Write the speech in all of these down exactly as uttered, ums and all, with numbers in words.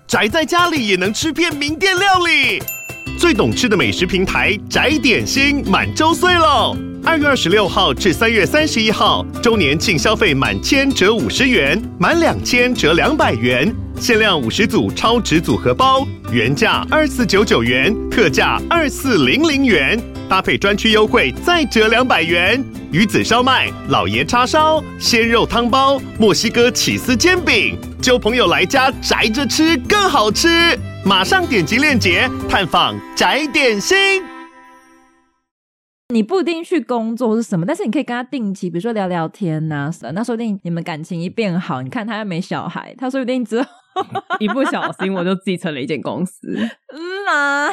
宅在家里也能吃遍名店料理。最懂吃的美食平台宅点心满周岁喽！二月二十六号至三月三十一号，周年庆消费满千折五十元，满两千折两百元，限量五十组超值组合包，原价二四九九元，特价二四零零元，搭配专区优惠再折两百元。鱼子烧麦、老爷叉烧、鲜肉汤包、墨西哥起司煎饼，揪朋友来家宅着吃更好吃。马上点击链接探访宅点心。 你不一定去工作是什么，但是你可以跟他定期，比如说聊聊天啊，那说不定你们感情一变好，你看他又没小孩，他说不定之后一不小心我就继承了一间公司。 嗯啊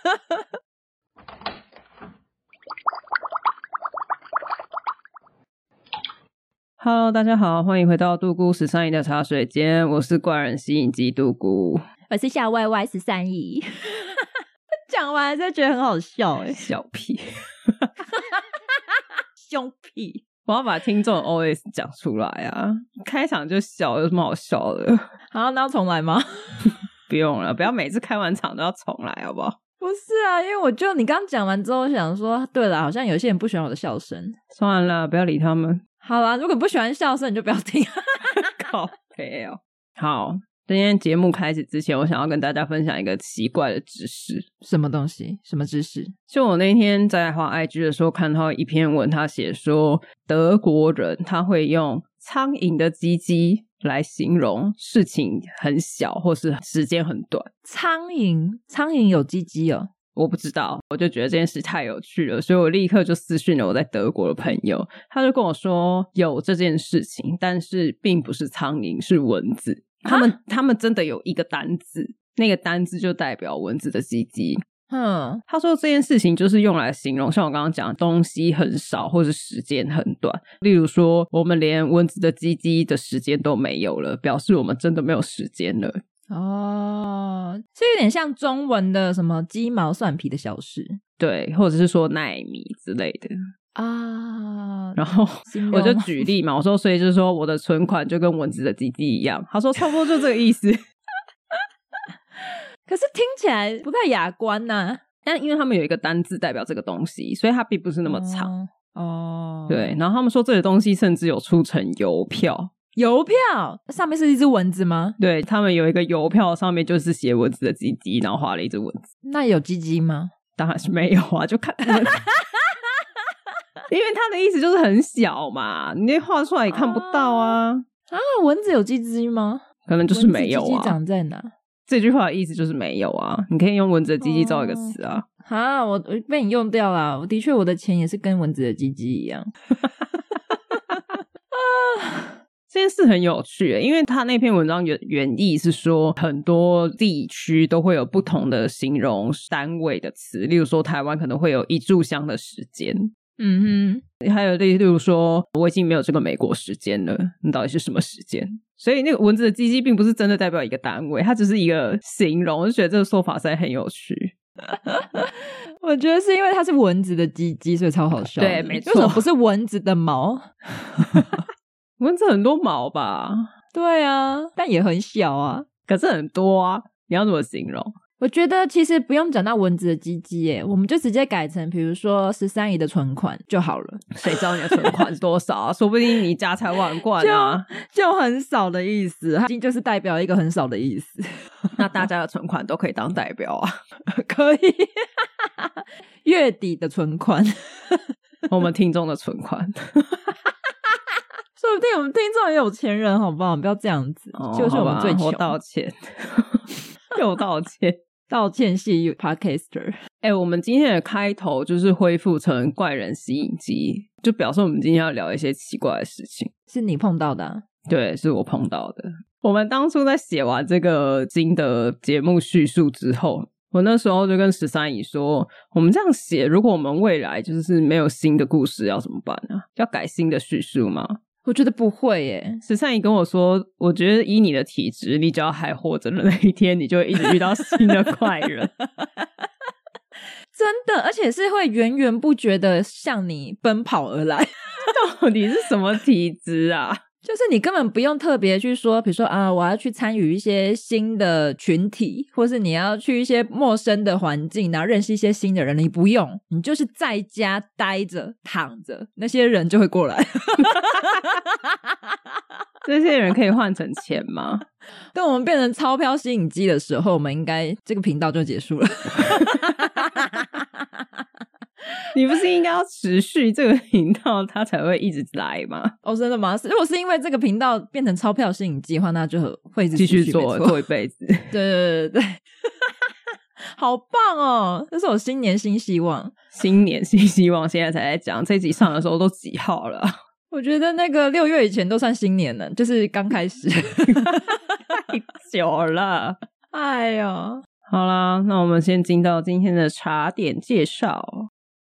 Hello， 大家好，欢迎回到杜姑十三姨的茶水间，我是怪人吸引机杜姑， 我是小歪歪十三姨。讲完就觉得很好笑哎、欸， 小屁， 凶屁！ 我要把听众的 O S 讲出来啊！开场就笑，有什么好笑的？ 好，那要重来吗？ 不用了，不要每次开完场都要重来，好不好？ 不是啊，因为我就你刚讲完之后，我想说，对了，好像有些人不喜欢我的笑声。 算了，不要理他们。 好啦，如果不喜欢笑声，你就不要听。 靠北哦。好，今天节目开始之前，我想要跟大家分享一个奇怪的知识。 什么东西？什么知识？ 就我那天在滑 I G 的时候看到一篇文，他写说德国人他会用苍蝇的鸡鸡来形容事情很小或是时间很短。 苍蝇？苍蝇有鸡鸡哦？ 我不知道，我就觉得这件事太有趣了，所以我立刻就私讯了我在德国的朋友，他就跟我说有这件事情，但是并不是苍蝇，是蚊子。他们他们真的有一个单字，那个单字就代表蚊子的鸡鸡。 嗯， 他说这件事情就是用来形容像我刚刚讲东西很少或是时间很短，例如说我们连蚊子的鸡鸡的时间都没有了，表示我们真的没有时间了。 哦，这有点像中文的什么鸡毛蒜皮的小事， 对，或者是说奈米之类的啊。 然后我就举例嘛，我说所以就是说我的存款就跟蚊子的鸡鸡一样，他说差不多就这个意思。 可是听起来不太雅观啊， 但因为他们有一个单字代表这个东西，所以它并不是那么长。 哦， 对，然后他们说这个东西甚至有出成邮票。 邮票上面是一只蚊子吗？ 对，他们有一个邮票上面就是写蚊子的鸡鸡，然后画了一只蚊子。 那有鸡鸡吗？ 当然是没有啊，就看因为他的意思就是很小嘛，你那画出来也看不到啊。 啊，蚊子有鸡鸡吗？ 可能就是没有啊。 蚊子鸡鸡长在哪？ 这句话的意思就是没有啊，你可以用蚊子的鸡鸡造一个词啊。 啊、哦，我被你用掉了。的确我的钱也是跟蚊子的鸡鸡一样。 啊，这件事很有趣，因为他那篇文章原原意是说很多地区都会有不同的形容单位的词，例如说台湾可能会有一炷香的时间。 嗯哼，还有例如说我已经没有这个美国时间了，你到底是什么时间？所以那个蚊子的鸡鸡并不是真的代表一个单位，它只是一个形容，我就觉得这个说法实在很有趣。 我觉得是因为它是蚊子的鸡鸡，所以超好笑。 对，没错。 为什么不是蚊子的毛？ 蚊子很多毛吧？ 对啊，但也很小啊。 可是很多啊，你要怎么形容？ 我觉得其实不用讲到蚊子的鸡鸡耶，我们就直接改成比如说十三姨的存款就好了。 谁知道你的存款是多少啊？说不定你家财万贯啊。 就, 就很少的意思，它就是代表一个很少的意思。 那大家的存款都可以当代表啊。 可以。月底的存款。 我们听众的存款。 说不定我们听众也有钱人好不好？不要这样子。哦、就是我们最穷。 我道歉。又道歉。 道歉系 podcaster。 欸，我们今天的开头就是恢复成怪人吸引机，就表示我们今天要聊一些奇怪的事情。 是你碰到的啊？ 对，是我碰到的。我们当初在写完这个新的节目叙述之后，我那时候就跟十三姨说，我们这样写，如果我们未来就是没有新的故事要怎么办啊？要改新的叙述吗？ 我觉得不会耶。 十三姨跟我说，我觉得以你的体质，你只要还活着的那一天，你就会一直遇到新的怪人。 真的，而且是会源源不绝的向你奔跑而来。 到底是什么体质啊？ 就就是你根本不用特别去说，比如说啊，我要去参与一些新的群体，或是你要去一些陌生的环境，然后认识一些新的人，你不用，你就是在家待着躺着，那些人就会过来。 这些人可以换成钱吗？ 等我们变成钞票吸引机的时候，我们应该这个频道就结束了。 你不是应该要持续这个频道它才会一直来吗？ 哦，真的吗？如果是因为这个频道变成钞票吸引机的话，那就会一直继续做做一辈子。 对对对对，好棒哦，这是我新年新希望。 新年新希望现在才在讲，这集上的时候都几号了？ 我觉得那个六月以前都算新年了，就是刚开始。 太久了。 哎呦， 好啦，那我们先进到今天的茶点介绍。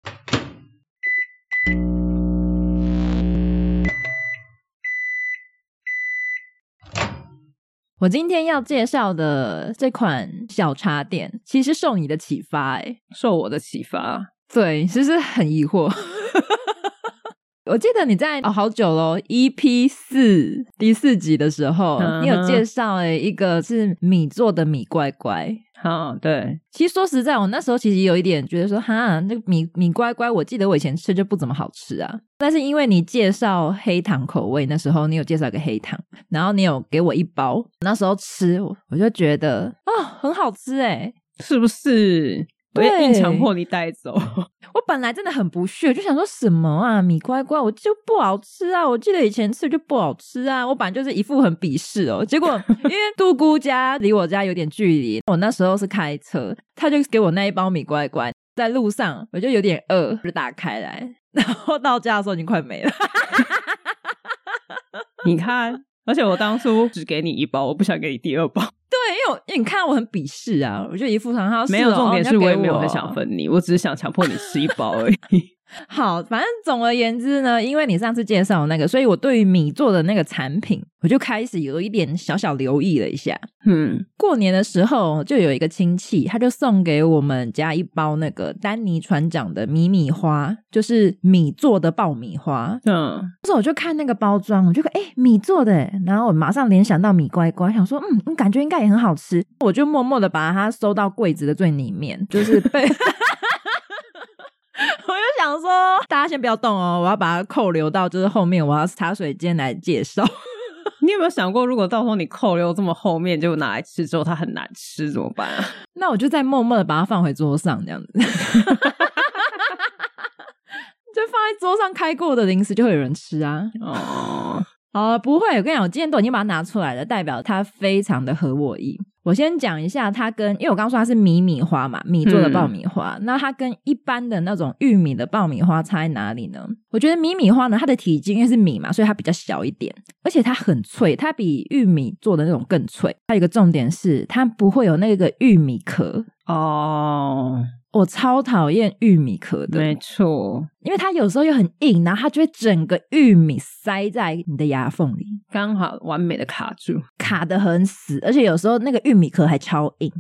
我今天要介绍的这款小茶点其实受你的启发欸。 受我的启发。 对，其实很疑惑。我记得你在、哦、好久咯 E P 四第四集的时候、uh-huh. 你有介绍诶一个是米做的米乖乖。 好、uh, 对， 其实说实在我那时候其实有一点觉得说哈，那个米米乖乖我记得我以前吃就不怎么好吃啊，但是因为你介绍黑糖口味，那时候你有介绍一个黑糖，然后你有给我一包，那时候吃我就觉得哦很好吃诶， 是不是？我也硬强迫你带走。 我本来真的很不屑，就想说什么啊米乖乖我就不好吃啊，我记得以前吃就不好吃啊，我本来就是一副很鄙视哦。结果因为杜姑家离我家有点距离，我那时候是开车，他就给我那一包米乖乖，在路上我就有点饿，就打开来，然后到家的时候已经快没了。 你看，而且我当初只给你一包，我不想给你第二包。 对，因为我因为你看我很鄙视啊，我就一副常常没有，重点是我也没有很想想分你，我只是想强迫你吃一包而已。 好，反正总而言之呢，因为你上次介绍那个，所以我对于米做的那个产品我就开始有一点小小留意了一下。嗯，过年的时候就有一个亲戚，他就送给我们家一包那个丹尼船长的米米花，就是米做的爆米花。嗯，那时候我就看那个包装，我就看诶米做的耶，然后我马上联想到米乖乖，想说嗯感觉应该也很好吃，我就默默的把它收到柜子的最里面，就是被我就想说大家先不要动哦，我要把它扣留到就是后面我要茶水间来介绍。 你有没有想过如果到时候你扣留这么后面就拿来吃之后它很难吃怎么办啊？ 那我就再默默的把它放回桌上这样子。就放在桌上开过的零食就会有人吃啊。哦，哦，不会，我跟你讲，我今天都已经把它拿出来了，代表它非常的合我意。我先讲一下它跟，因为我刚刚说它是米米花嘛，米做的爆米花、嗯、那它跟一般的那种玉米的爆米花差在哪里呢？我觉得米米花呢，它的体积因为是米嘛，所以它比较小一点，而且它很脆，它比玉米做的那种更脆。还有一个重点是它不会有那个玉米壳哦，我超讨厌玉米壳的。 没错， 因为它有时候又很硬，然后它就会整个玉米塞在你的牙缝里， 刚好完美的卡住， 卡得很死，而且有时候那个玉米壳还超硬。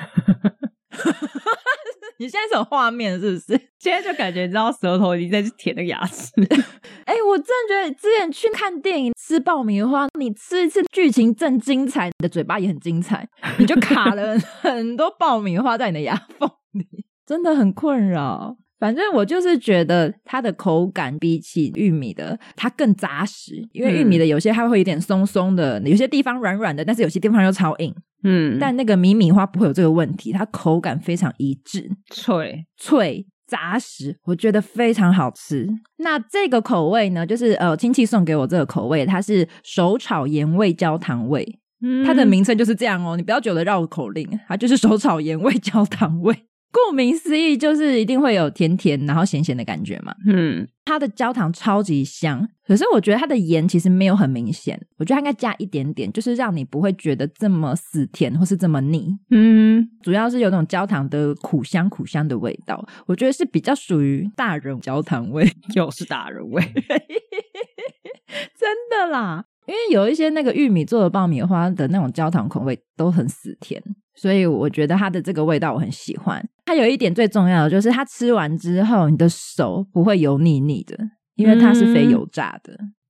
你现在是有画面是不是？ 现在就感觉你知道舌头已经在舔那个牙齿。 哎、欸，我真的觉得之前去看电影吃爆米花，你吃一次剧情正精彩，你的嘴巴也很精彩，你就卡了很多爆米花在你的牙缝里，真的很困扰。反正我就是觉得它的口感比起玉米的它更扎实，因为玉米的有些它会有点松松的、嗯、有些地方软软的，但是有些地方又超硬。嗯，但那个米米花不会有这个问题，它口感非常一致， 脆脆扎实，我觉得非常好吃。那这个口味呢，就是呃亲戚送给我这个口味，它是手炒盐味焦糖味。嗯，它的名称就是这样哦，你不要觉得绕口令，它就是手炒盐味焦糖味。顾名思义就是一定会有甜甜然后咸咸的感觉嘛。嗯，它的焦糖超级香，可是我觉得它的盐其实没有很明显，我觉得它应该加一点点，就是让你不会觉得这么死甜或是这么腻。嗯，主要是有那种焦糖的苦香苦香的味道，我觉得是比较属于大人焦糖味。 又是大人味。 真的啦，因为有一些那个玉米做的爆米花的那种焦糖口味都很死甜，所以我觉得它的这个味道我很喜欢。它有一点最重要的就是它吃完之后你的手不会油腻腻的，因为它是非油炸的。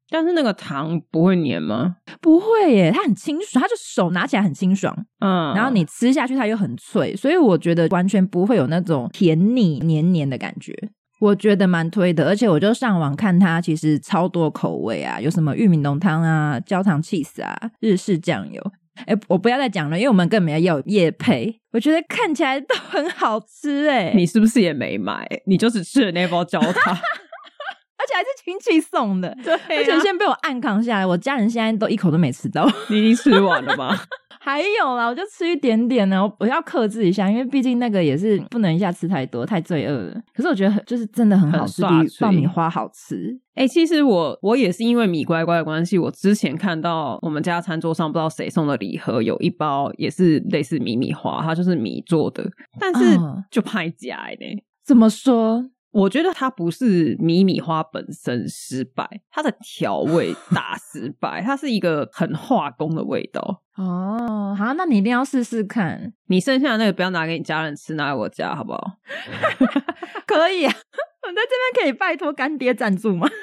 但是那个糖不会黏吗？ 不会耶，它很清爽，它就手拿起来很清爽，嗯，然后你吃下去它又很脆，所以我觉得完全不会有那种甜腻黏黏的感觉，我觉得蛮推的。而且我就上网看它其实超多口味啊，有什么玉米浓汤啊、焦糖 cheese 啊、日式酱油，哎，我不要再讲了，因为我们根本要有业配，我觉得看起来都很好吃哎。 你是不是也没买？你就只吃了那包焦糖而且还是亲戚送的， 对、啊， 而且现在被我暗扛下来，我家人现在都一口都没吃到。 你已经吃完了吗？ 还有啦，我就吃一点点呢，我要克制一下，因为毕竟那个也是不能一下吃太多，太罪恶了。可是我觉得就是真的很好吃，比爆米花好吃。 哎、欸，其实我我也是因为米乖乖的关系，我之前看到我们家餐桌上不知道谁送的礼盒，有一包也是类似米米花，它就是米做的，但是就拍假呢。 怎么说？ 我觉得它不是米米花本身失败，它的调味大失败，它是一个很化工的味道。 哦，好，那你一定要试试看。 你剩下的那个不要拿给你家人吃，拿来我家好不好？ 可以啊，我在这边可以拜托干爹赞助吗？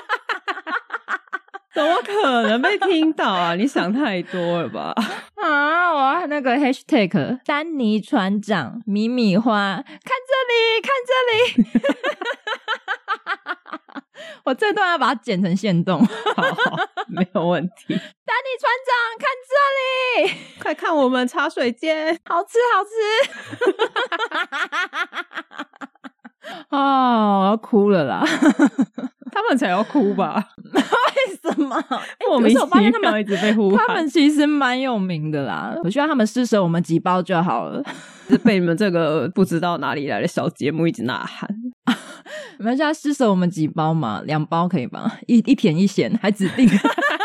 怎么可能被听到啊？你想太多了吧？ 啊！我要那个 hashtag 丹尼船长米米花，看这里，看这里。我这段要把它剪成限动。 好好，没有问题。丹尼船长，看这里， 快看我们茶水间， 好吃好吃。哦，我要哭了啦。 他们才要哭吧？ 为什么？ 莫名其妙一直被呼喊。 他们其实蛮有名的啦，我希望他们施舍我们几包就好了。 是被你们这个不知道哪里来的小节目一直呐喊。 你们现在施舍我们几包嘛？两包可以吧？一一甜一咸，还指定。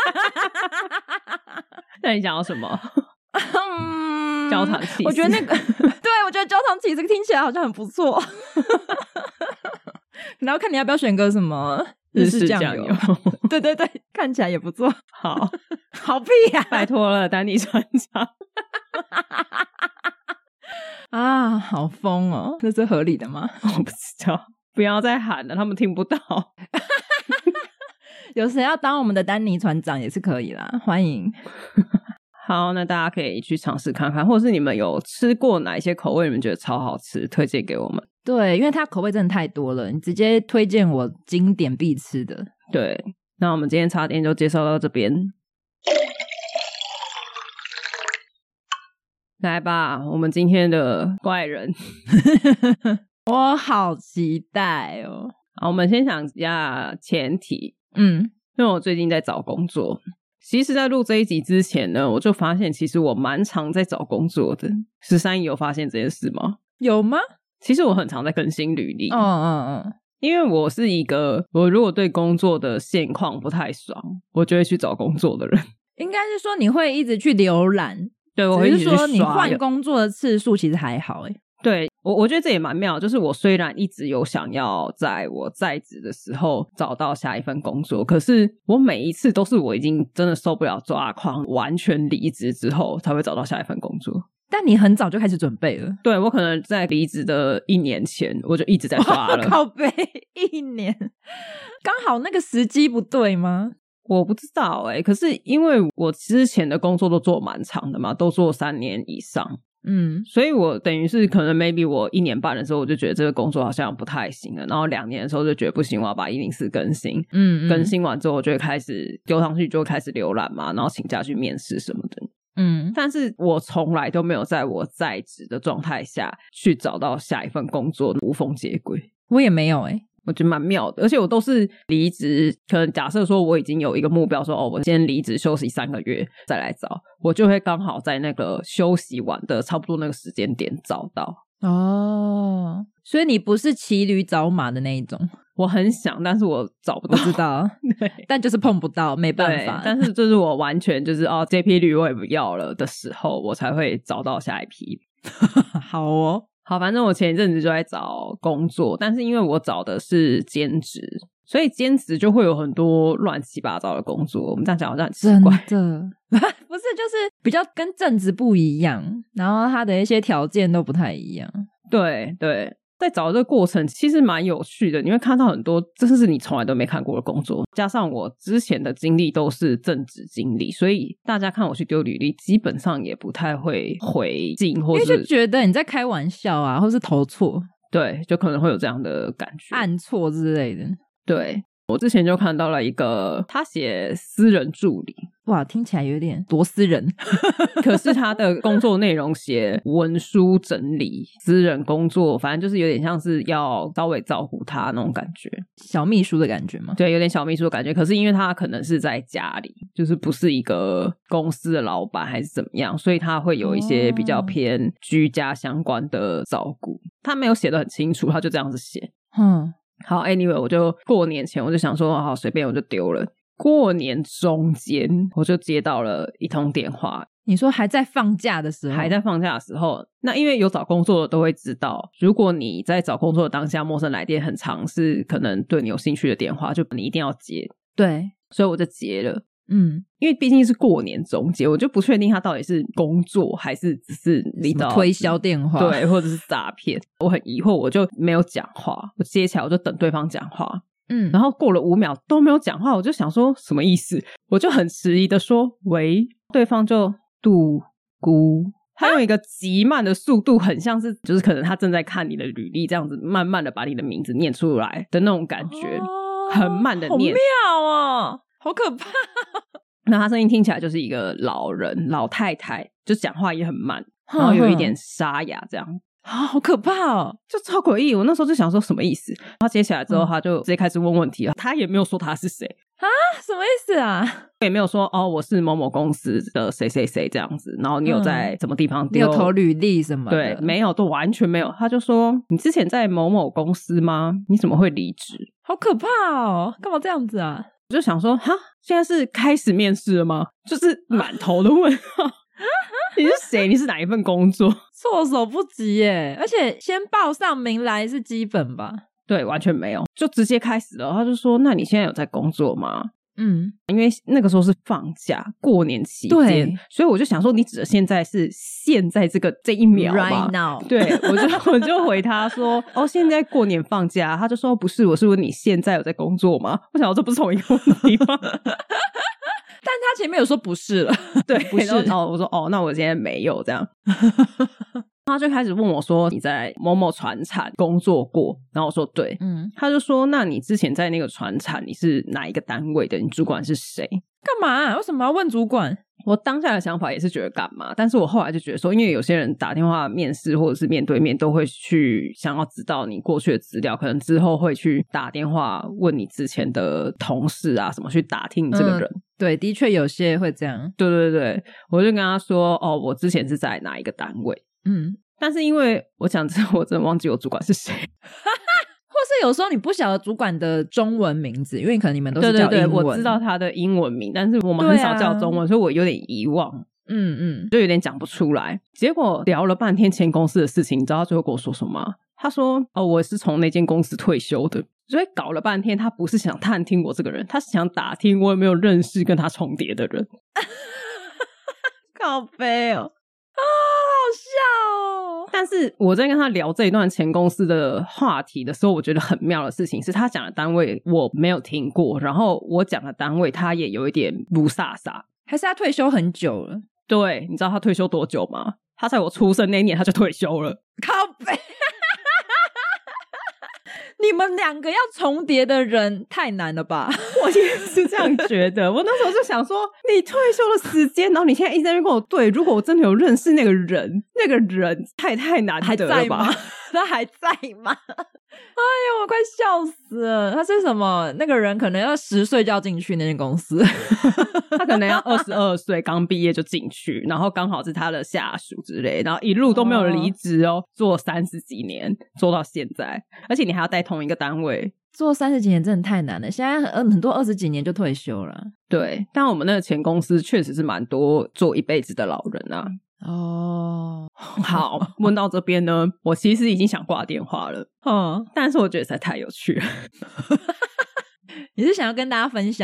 那你想要什么？ 嗯， 焦糖起司。 我觉得那个，对，我觉得焦糖起司听起来好像很不错。然后看你要不要选个什么日式酱油。对对对，看起来也不错。 好好屁呀、啊！ 拜托了，丹尼船长。 啊，好疯哦！这是合理的吗？ 我不知道，不要再喊了，他们听不到。 有谁要当我们的丹尼船长也是可以啦，欢迎。 好，那大家可以去尝试看看，或者是你们有吃过哪一些口味你们觉得超好吃，推荐给我们。 对，因为它口味真的太多了，你直接推荐我经典必吃的。 对，那我们今天茶点就介绍到这边。来吧，我们今天的怪人。 我好期待哦。 好，我们先讲一下前提。 嗯， 因为我最近在找工作，其实在录这一集之前呢，我就发现其实我蛮常在找工作的。十三姨有发现这件事吗？ 有吗？ 其实我很常在更新履历。 嗯嗯嗯， 因为我是一个我如果对工作的现况不太爽，我就会去找工作的人。 应该是说你会一直去浏览。 对，我会一直去刷。 只是说你换工作的次数其实还好诶。 对，我我觉得这也蛮妙，就是我虽然一直有想要在我在职的时候找到下一份工作，可是我每一次都是我已经真的受不了抓狂，完全离职之后才会找到下一份工作。 但你很早就开始准备了。 对，我可能在离职的一年前我就一直在抓了。 靠北一年，刚好那个时机不对吗？ 我不知道欸，可是因为我之前的工作都做蛮长的嘛，都做三年以上。嗯，所以我等于是可能 maybe 我一年半的时候我就觉得这个工作好像不太行了，然后两年的时候就觉得不行，我要把一零四更新。嗯, 嗯更新完之后我就会开始丢上去，就会开始浏览嘛，然后请假去面试什么的。嗯，但是我从来都没有在我在职的状态下去找到下一份工作，无缝接轨。 我也没有欸， 我觉得蛮妙的。而且我都是离职，可能假设说我已经有一个目标说哦，我先离职休息三个月再来找，我就会刚好在那个休息完的差不多那个时间点找到。 哦，所以你不是骑驴找马的那一种。 我很想，但是我找不到。 我知道。对，但就是碰不到，没办法。 但是就是我完全就是哦，这批驴我也不要了的时候，我才会找到下一批。 好哦。 好，反正我前一阵子就在找工作，但是因为我找的是兼职，所以兼职就会有很多乱七八糟的工作。我们这样讲好像很奇怪。 真的不是，就是比较跟正职不一样，然后它的一些条件都不太一样。 对对， 在找这个过程其实蛮有趣的，你会看到很多这是你从来都没看过的工作，加上我之前的经历都是正职经历，所以大家看我去丢履历基本上也不太会回敬，或是因为就觉得你在开玩笑啊，或是投错， 对，就可能会有这样的感觉， 按错之类的。 对，我之前就看到了一个他写私人助理， 哇，听起来有点多私人可是他的工作内容写文书整理私人工作，反正就是有点像是要稍微照顾他那种感觉， 小秘书的感觉吗？ 对，有点小秘书的感觉。可是因为他可能是在家里，就是不是一个公司的老板还是怎么样，所以他会有一些比较偏居家相关的照顾，他没有写得很清楚，他就这样子写。 嗯， 好 anyway 我就过年前我就想说好随便我就丢了，过年中间我就接到了一通电话。 你说还在放假的时候？ 还在放假的时候，那因为有找工作的都会知道，如果你在找工作的当下陌生来电很常是可能对你有兴趣的电话，就你一定要接。 对， 所以我就接了。 嗯， 因为毕竟是过年中间，我就不确定他到底是工作还是只是你知道推销电话， 对，或者是诈骗，我很疑惑，我就没有讲话，我接起来我就等对方讲话。 嗯， 然后过了五秒都没有讲话，我就想说什么意思，我就很迟疑的说喂，对方就杜姑，他用一个极慢的速度，很像是就是可能他正在看你的履历这样子，慢慢的把你的名字念出来的那种感觉，哦，很慢的念， 好妙哦，好可怕。 那他声音听起来就是一个老人老太太，就讲话也很慢，然后有一点沙哑这样啊，好可怕哦， 就超诡异。我那时候就想说什么意思，他接起来之后他就直接开始问问题了，他也没有说他是谁啊，什么意思啊， 也没有说哦我是某某公司的谁谁谁这样子，然后你有在什么地方丢， 嗯，你有投履历什么的， 对，没有，都完全没有。他就说你之前在某某公司吗？你怎么会离职？ 好可怕哦，干嘛这样子啊？ 我就想说哈，现在是开始面试了吗？就是满头的问号你是谁？你是哪一份工作？ 措手不及耶，而且先报上名来是基本吧？ 对，完全没有，就直接开始了。他就说那你现在有在工作吗？ 嗯， 因为那个时候是放假过年期间，所以我就想说你指的现在是现在这个这一秒吗 Right now 对，我就我就回他说哦现在过年放假，他就说不是，我是问你现在有在工作吗？我想说这不是同一个问题吗但他前面有说不是了对， 不是， 然后我说哦那我现在没有这样他就开始问我说你在某某传产工作过，然后我说对，嗯，他就说那你之前在那个传产你是哪一个单位的，你主管是谁？ 干嘛啊？为什么要问主管？ 我当下的想法也是觉得干嘛，但是我后来就觉得说因为有些人打电话面试或者是面对面都会去想要知道你过去的资料，可能之后会去打电话问你之前的同事啊什么，去打听你这个人、嗯、 对，的确有些会这样。 对对对，我就跟他说哦我之前是在哪一个单位，嗯，但是因为我讲真的我真的忘记我主管是谁或是有时候你不晓得主管的中文名字，因为可能你们都是叫英文。 对对对，我知道他的英文名，但是我们很少叫中文、啊、所以我有点遗忘，嗯嗯，就有点讲不出来。结果聊了半天前公司的事情，你知道他最后跟我说什么吗？他说哦我是从那间公司退休的。所以搞了半天他不是想探听我这个人，他是想打听我有没有认识跟他重叠的人靠北哦，啊，好笑哦！ 但是我在跟他聊这一段前公司的话题的时候，我觉得很妙的事情是他讲的单位我没有听过，然后我讲的单位他也有一点不飒飒， 还是他退休很久了？ 对，你知道他退休多久吗？他在我出生那一年他就退休了。 靠北你们两个要重叠的人太难了吧？ 我也是这样觉得。我那时候就想说你退休的时间，然后你现在一直在那边跟我对，如果我真的有认识那个人，那个人太太难得了吧？ 还在吗？他还在吗？哎呦我快笑死了。他是什么？那个人可能要十岁就要进去那间公司他可能要二十二岁刚毕业就进去，然后刚好是他的下属之类，然后一路都没有离职哦，做三十几年做到现在，而且你还要带同一个单位， 做三十几年真的太难了。现在很多二十几年就退休了。 对，但我们那个前公司确实是蛮多做一辈子的老人啊。哦，好，问到这边呢，我其实已经想挂电话了，嗯，但是我觉得实在太有趣了。 你是想要跟大家分享？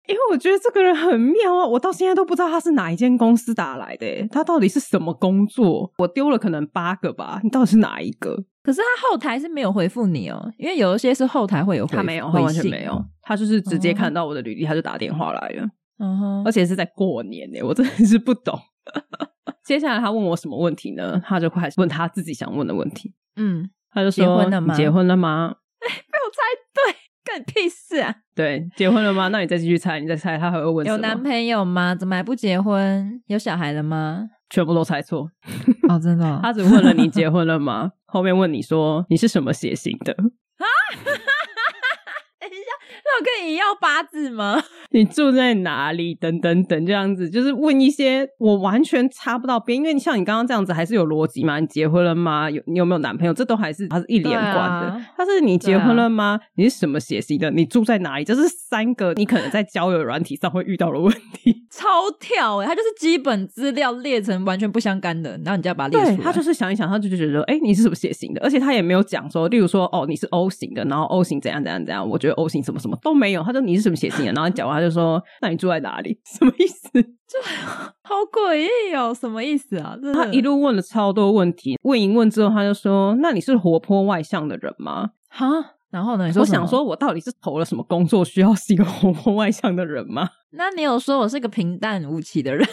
因为我觉得这个人很妙啊，我到现在都不知道他是哪一间公司打来的耶，他到底是什么工作？我丢了可能八个吧，你到底是哪一个？ 可是他后台是没有回复你哦，因为有一些是后台会有回复， 他没有，他完全没有，他就是直接看到我的履历、哦、他就打电话来了，嗯哼，而且是在过年耶，我真的是不懂。接下来他问我什么问题呢？他就开始问他自己想问的问题。嗯，他就说：“结婚了吗？你结婚了吗？” 哎，被我猜对，干你屁事啊！ 对，结婚了吗？那你再继续猜，你再猜，他还会问什么？ 有男朋友吗？怎么还不结婚？有小孩了吗？ 全部都猜错。 哦，真的、哦？ 他只问了你结婚了吗？后面问你说你是什么血型的？啊？ 等一下，那我跟你要八字吗？ 你住在哪里？等等等，这样子就是问一些我完全插不到边，因为像你刚刚这样子还是有逻辑嘛？你结婚了吗？有你有没有男朋友？这都还是它是一连贯的。啊、但是你结婚了吗？啊、你是什么血型的？你住在哪里？这是三个你可能在交友软体上会遇到的问题。 超跳欸，它就是基本资料列成完全不相干的，然后你就要把它列出来。 对，他就是想一想，他就觉得哎、欸，你是什么血型的？而且他也没有讲说，例如说哦，你是 O 型的，然后 O 型怎样怎样怎样，我觉得 O 型什么什么都没有。他说你是什么血型的，然后你讲完他就说那你住在哪里？什么意思？ 就好诡异哦，什么意思啊？真的他一路问了超多问题，问一问之后他就说那你是活泼外向的人吗？ 哈，然后呢？你说我想说我到底是投了什么工作需要是一个活泼外向的人吗？ 那你有说我是个平淡无奇的人？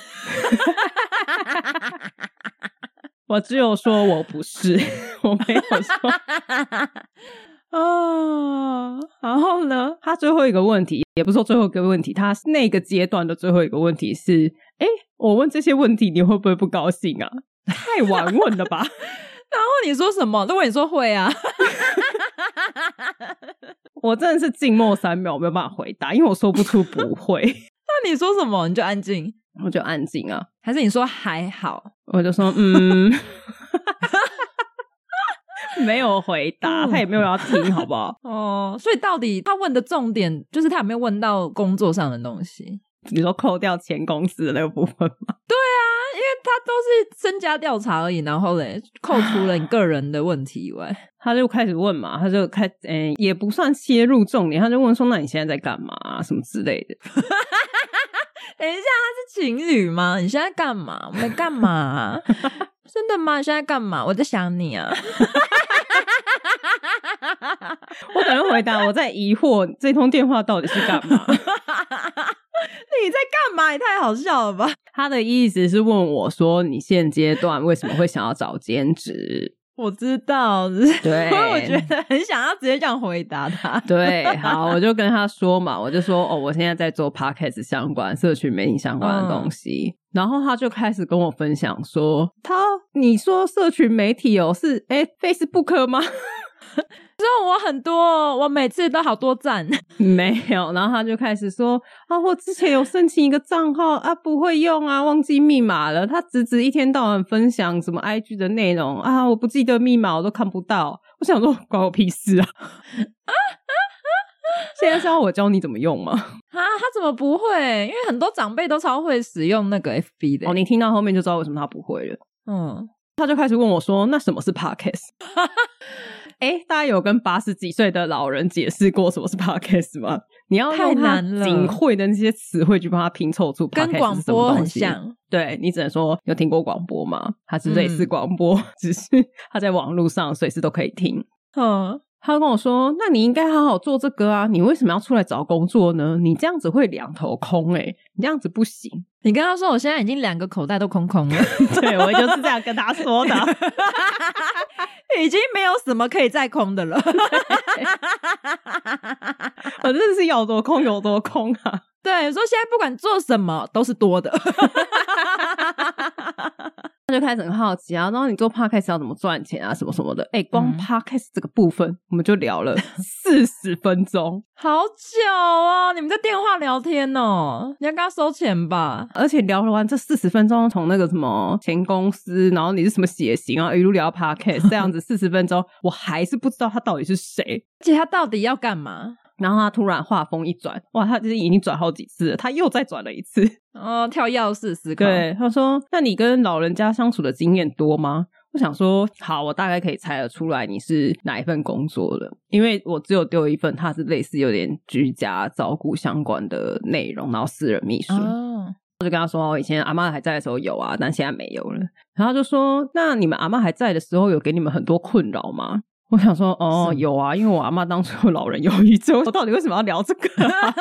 我只有说我不是，我没有说。 哦，然后呢？ 他最后一个问题，也不是说最后一个问题，他那个阶段的最后一个问题是：哎，我问这些问题，你会不会不高兴啊？太晚问了吧？ 然后你说什么？如果你说会啊， 我真的是静默三秒，我没有办法回答，因为我说不出不会。 那你说什么？你就安静， 我就安静啊。 还是你说还好？ 我就说嗯。没有回答，他也没有要听，好不好？ 哦，所以到底他问的重点就是他有没有问到工作上的东西？ 你说扣掉前公司的那个部分吗？ 对啊，因为他都是身家调查而已，然后嘞扣除了你个人的问题以外， 他就开始问嘛，他就开诶、欸、也不算切入重点，他就问说那你现在在干嘛、啊、什么之类的。 等一下，他是情侣吗？你现在干嘛？我没干嘛、啊、真的吗？你现在干嘛？我在想你啊。 我可能回答我在疑惑这通电话到底是干嘛。 你在干嘛？也太好笑了吧。 他的意思是问我说你现阶段为什么会想要找兼职。 我知道， 对， 我觉得很想要直接这样回答他。 对，好，我就跟他说嘛，我就说哦，我现在在做 podcast 相关、社群媒体相关的东西、嗯、然后他就开始跟我分享说，他你说社群媒体哦，是诶 Facebook 吗？ 之后我很多，我每次都好多赞。 没有，然后他就开始说啊，我之前有申请一个账号啊，不会用啊，忘记密码了。他直直一天到晚分享什么 I G 的内容啊，我不记得密码，我都看不到。我想说，关我屁事啊！现在是要我教你怎么用吗？ 啊，他怎么不会？因为很多长辈都超会使用那个 F B 的。 哦，你听到后面就知道为什么他不会了。嗯，他就开始问我说，那什么是 Podcast？ 哎，大家有跟八十几岁的老人解释过什么是 podcast 吗？你要用他仅会的那些词汇去帮他拼凑出 podcast 跟广播很像。 对，你只能说有听过广播吗？它是类似广播、嗯、只是它在网络上随时都可以听。嗯，他跟我说那你应该好好做这个啊，你为什么要出来找工作呢？你这样子会两头空欸，你这样子不行。 你跟他说我现在已经两个口袋都空空了。 对，我就是这样跟他说的。 已经没有什么可以再空的了。 我真的是要多空有多空啊。 对，说现在不管做什么都是多的。 他就开始很好奇啊，然后你做 podcast 要怎么赚钱啊什么什么的。哎、欸，光 podcast 这个部分、嗯、我们就聊了四十分钟。 好久哦，你们在电话聊天哦，你要跟他收钱吧。 而且聊了完这四十分钟，从那个什么前公司，然后你是什么血型啊，一路聊 podcast 这样子四十分钟，我还是不知道他到底是谁， 而且他到底要干嘛。 然后他突然话锋一转，哇，他就是已经转好几次了，他又再转了一次。 哦，跳钥匙思考。 对，他说那你跟老人家相处的经验多吗？ 我想说好，我大概可以猜得出来你是哪一份工作了，因为我只有丢一份它是类似有点居家照顾相关的内容，然后私人秘书、哦、我就跟他说我以前阿嬷还在的时候有啊，但现在没有了。然后他就说那你们阿嬷还在的时候有给你们很多困扰吗？我想说哦有啊，因为我阿嬷当初有老人忧郁症。我到底为什么要聊这个啊？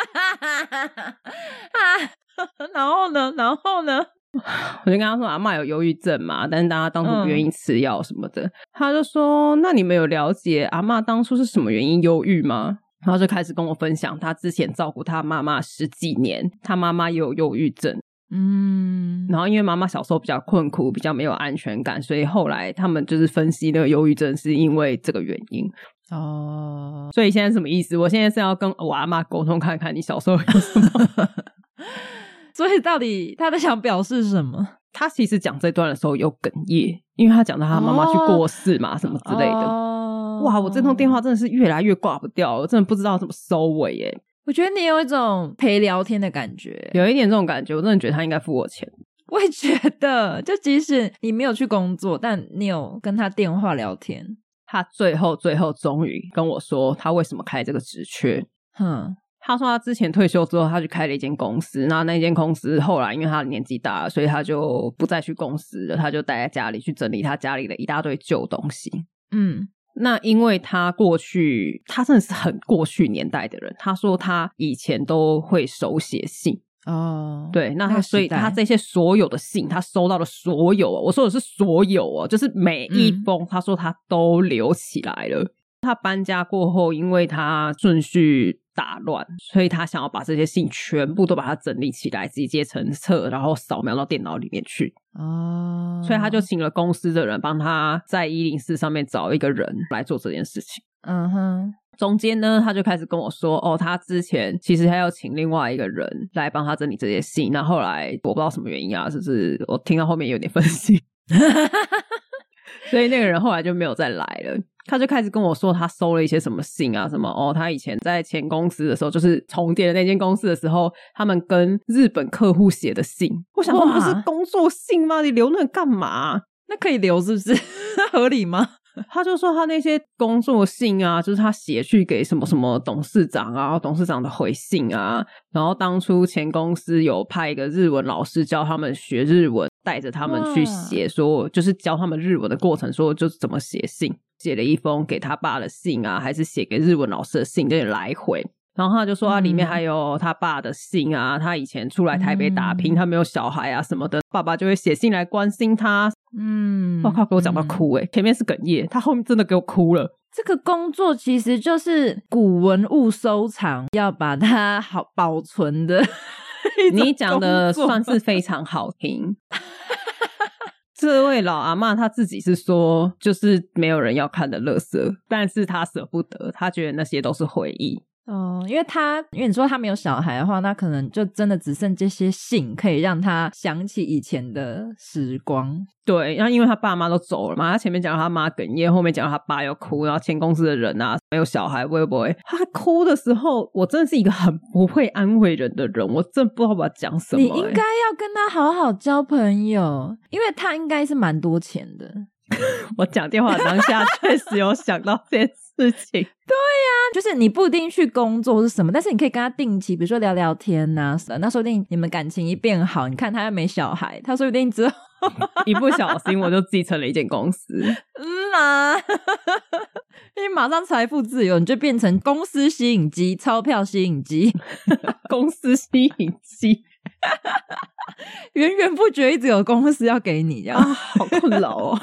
然后呢然后呢我就跟他说阿嬷有忧郁症嘛，但是大家当初不愿意吃药什么的、嗯、他就说那你们有了解阿嬷当初是什么原因忧郁吗？然后就开始跟我分享他之前照顾他妈妈十几年，他妈妈也有忧郁症。嗯，然后因为妈妈小时候比较困苦，比较没有安全感，所以后来他们就是分析那个忧郁症是因为这个原因。哦，所以现在什么意思？我现在是要跟我阿嬷沟通看看你小时候有什么所以到底他在想表示什么？ 他其实讲这段的时候有哽咽，因为他讲到他妈妈去过世嘛、哦、什么之类的、哦、哇我这通电话真的是越来越挂不掉，我真的不知道怎么收尾耶。 我觉得你有一种陪聊天的感觉， 有一点这种感觉，我真的觉得他应该付我钱。 我也觉得就即使你没有去工作，但你有跟他电话聊天。 他最后最后终于跟我说他为什么开这个职缺。哼，他说他之前退休之后他去开了一间公司，那那间公司后来因为他年纪大了，所以他就不再去公司了，他就待在家里去整理他家里的一大堆旧东西。嗯，那因为他过去他真的是很过去年代的人，他说他以前都会手写信哦，对，那他所以他这些所有的信他收到的所有、哦、我说的是所有哦，就是每一封、嗯、他说他都留起来了。他搬家过后因为他顺序打乱，所以他想要把这些信全部都把它整理起来，直接成册然后扫描到电脑里面去哦，所以他就请了公司的人帮他在一零四上面找一个人来做这件事情。嗯哼，中间呢他就开始跟我说哦，他之前其实还要请另外一个人来帮他整理这些信，那后来我不知道什么原因啊，就是我听到后面有点分析所以那个人后来就没有再来了。他就开始跟我说他收了一些什么信啊什么哦，他以前在前公司的时候就是重叠的那间公司的时候，他们跟日本客户写的信。我想说不是工作信吗？你留那个干嘛？ 那可以留是不是？合理吗？ 他就说他那些工作信啊，就是他写去给什么什么董事长啊，董事长的回信啊，然后当初前公司有派一个日文老师教他们学日文，带着他们去写，说就是教他们日文的过程，说就是怎么写信，写了一封给他爸的信啊，还是写给日文老师的信，这点来回。然后他就说他里面还有他爸的信啊、嗯、他以前出来台北打拼、嗯、他没有小孩啊什么的，爸爸就会写信来关心他。嗯，我靠，给我讲到哭耶、欸嗯、前面是哽咽，他后面真的给我哭了。 这个工作其实就是古文物收藏，要把它好保存的你讲的算是非常好听这位老阿嬷她自己是说就是没有人要看的垃圾，但是她舍不得，她觉得那些都是回忆哦，因为他因为你说他没有小孩的话，那可能就真的只剩这些信可以让他想起以前的时光。 对，然后因为他爸妈都走了嘛，他前面讲到他妈哽咽，后面讲到他爸要哭，然后前公司的人啊没有小孩会不会，他哭的时候我真的是一个很不会安慰人的人，我真的不知道我要讲什么、欸、 你应该要跟他好好交朋友，因为他应该是蛮多钱的我讲电话当下确实有想到这件事情对呀、啊，就是你不一定去工作是什么，但是你可以跟他定期比如说聊聊天啊，那说不定你们感情一变好，你看他又没小孩，他说不定之后一不小心我就继承了一间公司嗯啊你马上财富自由，你就变成公司吸引机，钞票吸引机公司吸引机源源不绝一直有公司要给你这样、 啊、好困扰哦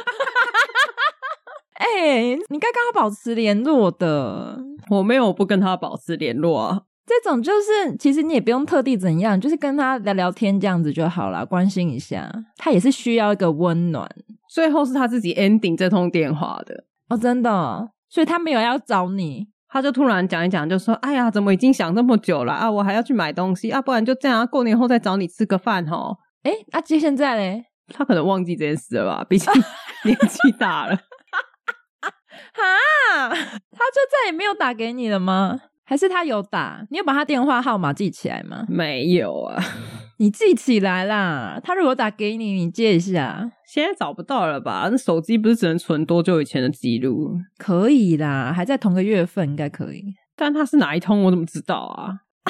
哎、欸，你该跟他保持联络的。 我没有不跟他保持联络啊， 这种就是其实你也不用特地怎样，就是跟他聊聊天这样子就好了，关心一下他也是需要一个温暖。 最后是他自己 ending 这通电话的哦，真的哦，所以他没有要找你， 他就突然讲一讲就说哎呀怎么已经想那么久了啊，我还要去买东西啊，不然就这样、啊、过年后再找你吃个饭齁。 诶啊接现在咧他可能忘记这件事了吧，毕竟年纪大了哈，他就再也没有打给你了吗？ 还是他有打？你有把他电话号码记起来吗？ 没有啊。 你记起来啦，他如果打给你，你接一下。 现在找不到了吧？那手机不是只能存多久以前的记录？ 可以啦，还在同个月份应该可以。 但他是哪一通我怎么知道啊？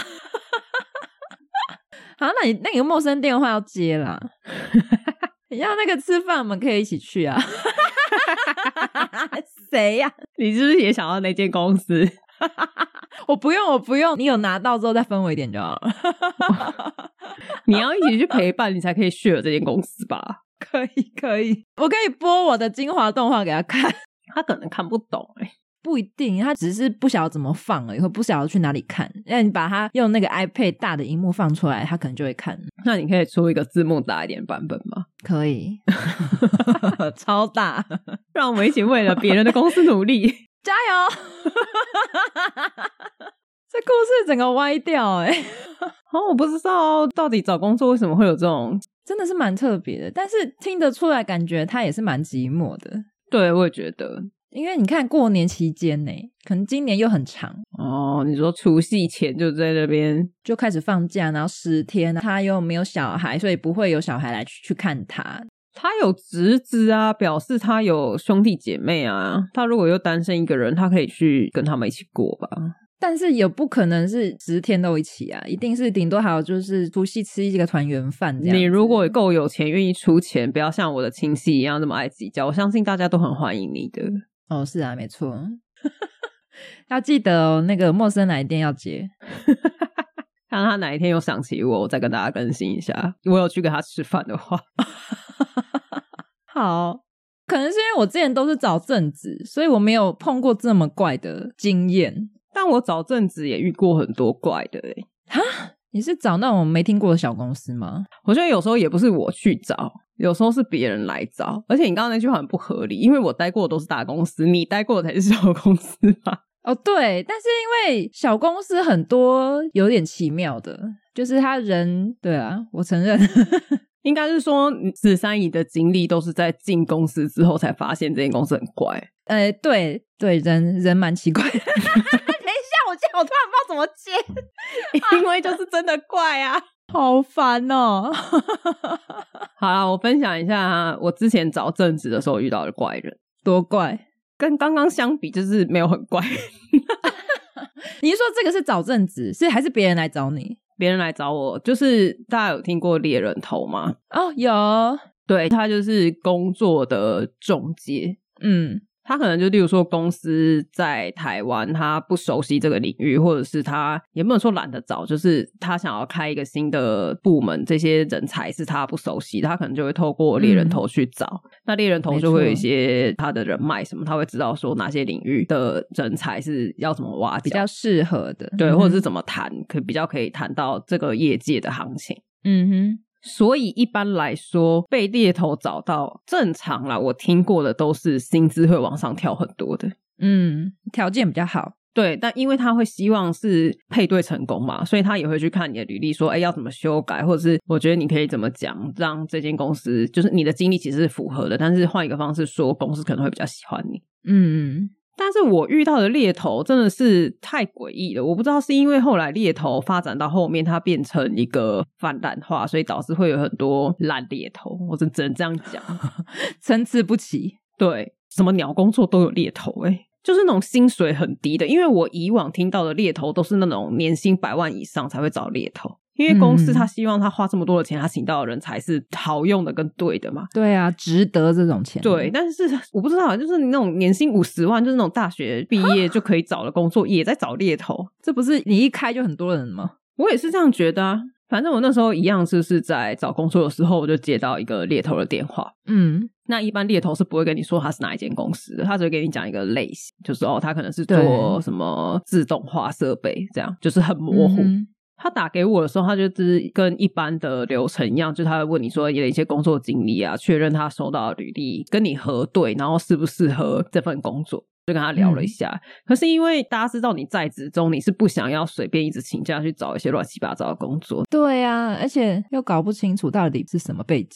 好，那你那个陌生电话要接啦。你要那个吃饭我们可以一起去啊。谁呀、啊？ 你是不是也想要那间公司？ 我不用我不用，你有拿到之后再分我一点就好了。 你要一起去陪伴你才可以 share 这间公司吧？ 可以可以，我可以播我的精华动画给他看。 他可能看不懂欸。 不一定，他只是不晓得怎么放而已，或不晓得去哪里看。那你把他用那个 iPad 大的萤幕放出来，他可能就会看。那你可以出一个字幕大一点版本吗？ 可以。超大。 让我们一起为了别人的公司努力。 加油。这故事整个歪掉欸。 哦，我不知道到底找工作为什么会有这种， 真的是蛮特别的，但是听得出来感觉他也是蛮寂寞的。 对，我也觉得。 因为你看过年期间呢，可能今年又很长哦。你说除夕前就在那边就开始放假，然后十天，他又没有小孩，所以不会有小孩来去看他。 他有侄子啊，表示他有兄弟姐妹啊。他如果又单身一个人，他可以去跟他们一起过吧。 但是也不可能是十天都一起啊，一定是顶多还有就是除夕吃一个团圆饭这样。 你如果够有钱愿意出钱，不要像我的亲戚一样这么爱计较，我相信大家都很欢迎你的。 哦，是啊，没错。要记得哦，那个陌生来电要接。 看他哪一天有想起我，我再跟大家更新一下。我有去跟他吃饭的话。 好，可能是因为我之前都是找正职，所以我没有碰过这么怪的经验。 但我找正职也遇过很多怪的欸。 哈？你是找那种没听过的小公司吗？ 我觉得有时候也不是我去找，有时候是别人来找。而且你刚刚那句话很不合理，因为我待过的都是大公司，你待过的才是小公司嘛。 哦，对，但是因为小公司很多有点奇妙的，就是他人，对啊，我承认。 应该是说十三姨的经历都是在进公司之后才发现这间公司很怪。 呃，对对，人人蛮奇怪的。等一下，我我突然不知道怎么接。 因为就是真的怪啊。 好烦哦。 好啦，我分享一下我之前找正职的时候遇到的怪人。 多怪？ 跟刚刚相比就是没有很怪。 你是说这个是找正职，是还是别人来找你？ 别人来找我，就是大家有听过猎人头吗？ 哦，有。 对，他就是工作的中介。嗯，他可能就例如说公司在台湾他不熟悉这个领域，或者是他也不能说懒得找，就是他想要开一个新的部门，这些人才是他不熟悉的，他可能就会透过猎人头去找。嗯，那猎人头就会有一些他的人脉什么，他会知道说哪些领域的人才是要怎么挖角， 比较适合的。 对，或者是怎么谈，可比较可以谈到这个业界的行情。 嗯哼。 所以一般来说被猎头找到正常啦，我听过的都是薪资会往上跳很多的。 嗯，条件比较好。 对，但因为他会希望是配对成功嘛，所以他也会去看你的履历说哎，要怎么修改，或者是我觉得你可以怎么讲让这间公司就是你的经历其实是符合的，但是换一个方式说公司可能会比较喜欢你。嗯嗯。但是我遇到的猎头真的是太诡异了，我不知道是因为后来猎头发展到后面它变成一个泛滥化，所以导致会有很多烂猎头，我只能这样讲。 参差不齐。 对，什么鸟工作都有猎头欸，就是那种薪水很低的，因为我以往听到的猎头都是那种年薪百万以上才会找猎头，因为公司他希望他花这么多的钱，他请到的人才是好用的跟对的嘛。 对啊，值得这种钱。 对，但是我不知道，就是你那种年薪五十万，就是那种大学毕业就可以找的工作，也在找猎头。 这不是你一开就很多人吗？ 我也是这样觉得啊。反正我那时候一样就是在找工作的时候，我就接到一个猎头的电话。嗯，那一般猎头是不会跟你说他是哪一间公司的，他只会给你讲一个类型，就是哦，他可能是做什么自动化设备，这样就是很模糊。嗯，他打给我的时候，他就是跟一般的流程一样，就他会问你说有一些工作经历啊，确认他收到的履历跟你核对，然后适不适合这份工作，就跟他聊了一下。嗯，可是因为大家知道你在职中你是不想要随便一直请假去找一些乱七八糟的工作。 对啊，而且又搞不清楚到底是什么背景。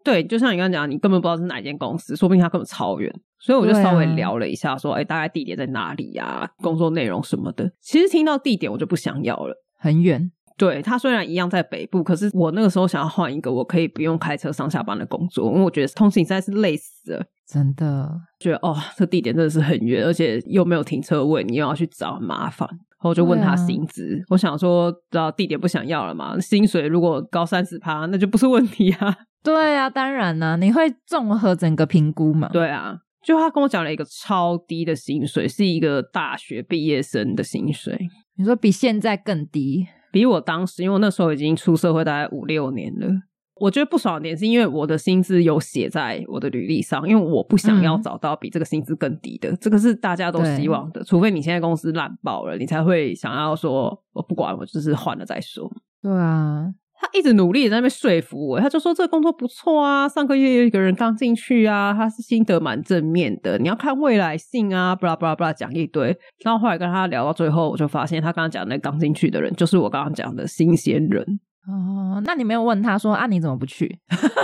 对，就像你刚刚讲，你根本不知道是哪一间公司，说不定它根本超远，所以我就稍微聊了一下说，哎、啊，大概地点在哪里啊，工作内容什么的。其实听到地点我就不想要了， 很远。 对，它虽然一样在北部，可是我那个时候想要换一个我可以不用开车上下班的工作，因为我觉得通勤实在是累死了， 真的觉得哦，这地点真的是很远，而且又没有停车位，你又要去找，很麻烦。然后我就问他薪资、啊、我想说知道地点不想要了嘛，薪水如果高 百分之三十 那就不是问题啊。 对啊，当然啊，你会综合整个评估嘛。 对啊，就他跟我讲了一个超低的薪水，是一个大学毕业生的薪水。 你说比现在更低？ 比我当时，因为我那时候已经出社会大概五六年了。我觉得不爽的点是因为我的薪资有写在我的履历上，因为我不想要找到比这个薪资更低的、嗯、这个是大家都希望的，除非你现在公司烂爆了，你才会想要说我不管，我就是换了再说。 对啊， 他一直努力在那边说服我，他就说这个工作不错啊，上个月有一个人刚进去啊，他是心得蛮正面的，你要看未来性啊 blah blah blah 讲一堆。然后后来跟他聊到最后，我就发现他刚刚讲的那刚进去的人就是我刚刚讲的新鲜人。 哦，那你没有问他说啊你怎么不去？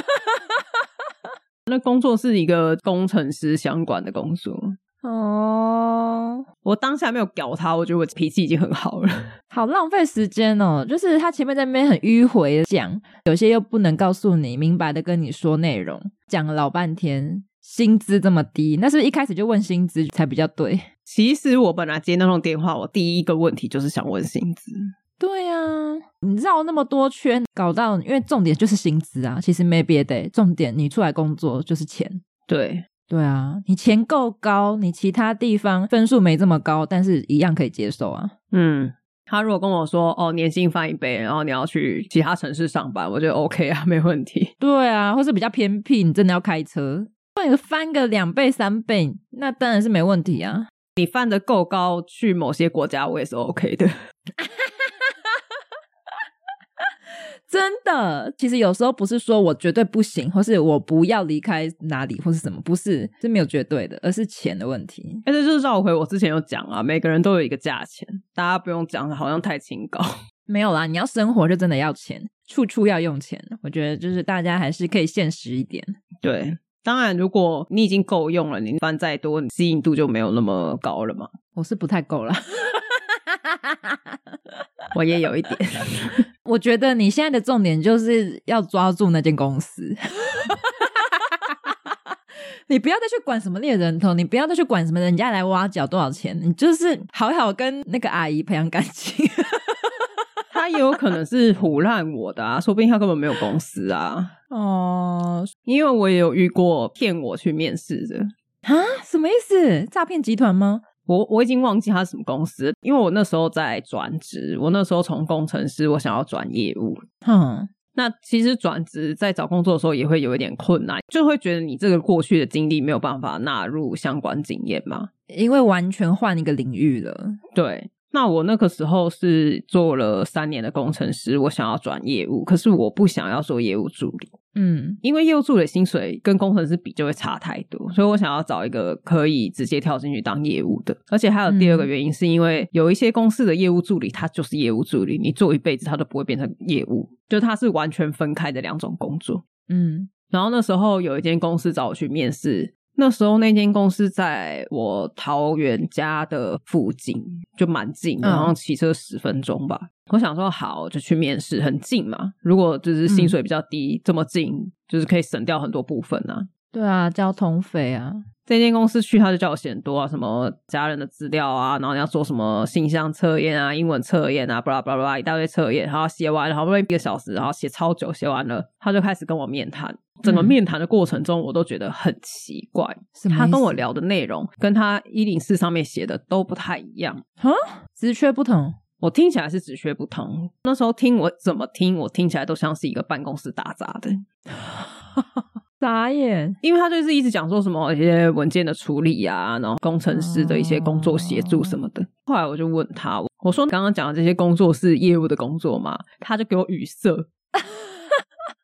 那工作是一个工程师相关的工作。 哦， 我当下没有屌他，我觉得我脾气已经很好了。 好浪费时间哦，就是他前面在那边很迂回的讲，有些又不能告诉你明白的跟你说内容，讲了老半天，薪资这么低，那是不是一开始就问薪资才比较对？ 其实我本来接那种电话，我第一个问题就是想问薪资。 对啊，你绕那么多圈搞到，因为重点就是薪资啊，其实没别的，重点你出来工作就是钱。 对对啊，你钱够高，你其他地方分数没这么高，但是一样可以接受啊。 嗯，他如果跟我说哦年薪翻一倍，然后你要去其他城市上班，我觉得 OK 啊，没问题。 对啊，或是比较偏僻，你真的要开车，你翻个两倍三倍，那当然是没问题啊。 你翻得够高，去某些国家我也是 OK 的。 真的，其实有时候不是说我绝对不行，或是我不要离开哪里或是什么，不是，是没有绝对的，而是钱的问题。 但是就是绕回我之前有讲啊，每个人都有一个价钱，大家不用讲好像太清高。 没有啦，你要生活就真的要钱，处处要用钱。我觉得就是大家还是可以现实一点。 对，当然如果你已经够用了，你翻再多，你吸引度就没有那么高了嘛。 我是不太够了。 我也有一点。 我觉得你现在的重点就是要抓住那间公司。你不要再去管什么猎人头，你不要再去管什么人家来挖角多少钱，你就是好好跟那个阿姨培养感情。 他也有可能是唬烂我的啊，说不定他根本没有公司啊。哦，因为我也有遇过骗我去面试的。 啊？什么意思？诈骗集团吗？ 我我已经忘记他是什么公司，因为我那时候在转职，我那时候从工程师我想要转业务。嗯，那其实转职在找工作的时候也会有一点困难，就会觉得你这个过去的经历没有办法纳入相关经验嘛， 因为完全换一个领域了。 对，那我那个时候是做了三年的工程师，我想要转业务，可是我不想要做业务助理。嗯，因为业务助理薪水跟工程师比就会差太多，所以我想要找一个可以直接跳进去当业务的。而且还有第二个原因是因为有一些公司的业务助理他就是业务助理，你做一辈子他都不会变成业务，就他是完全分开的两种工作。嗯，然后那时候有一间公司找我去面试，那时候那间公司在我桃园家的附近，就蛮近，然后骑车十分钟吧。嗯，我想说好就去面试，很近嘛，如果就是薪水比较低，嗯，这么近就是可以省掉很多部分啊。 对啊，交通费啊。 这间公司去他就叫我写很多啊，什么家人的资料啊，然后你要做什么性向测验啊，英文测验啊 blah blah blah 一大堆测验，然后写完了好不容易一个小时，然后写超久，写完了他就开始跟我面谈。整个面谈的过程中我都觉得很奇怪，嗯，他跟我聊的内容跟他一零四上面写的都不太一样。 哈？职缺不同？ 我听起来是职缺不同，那时候听我怎么听我听起来都像是一个办公室打杂的。 傻眼， 因为他就是一直讲说什么一些文件的处理啊，然后工程师的一些工作协助什么的。哦，后来我就问他，我说刚刚讲的这些工作是业务的工作吗？他就给我语塞。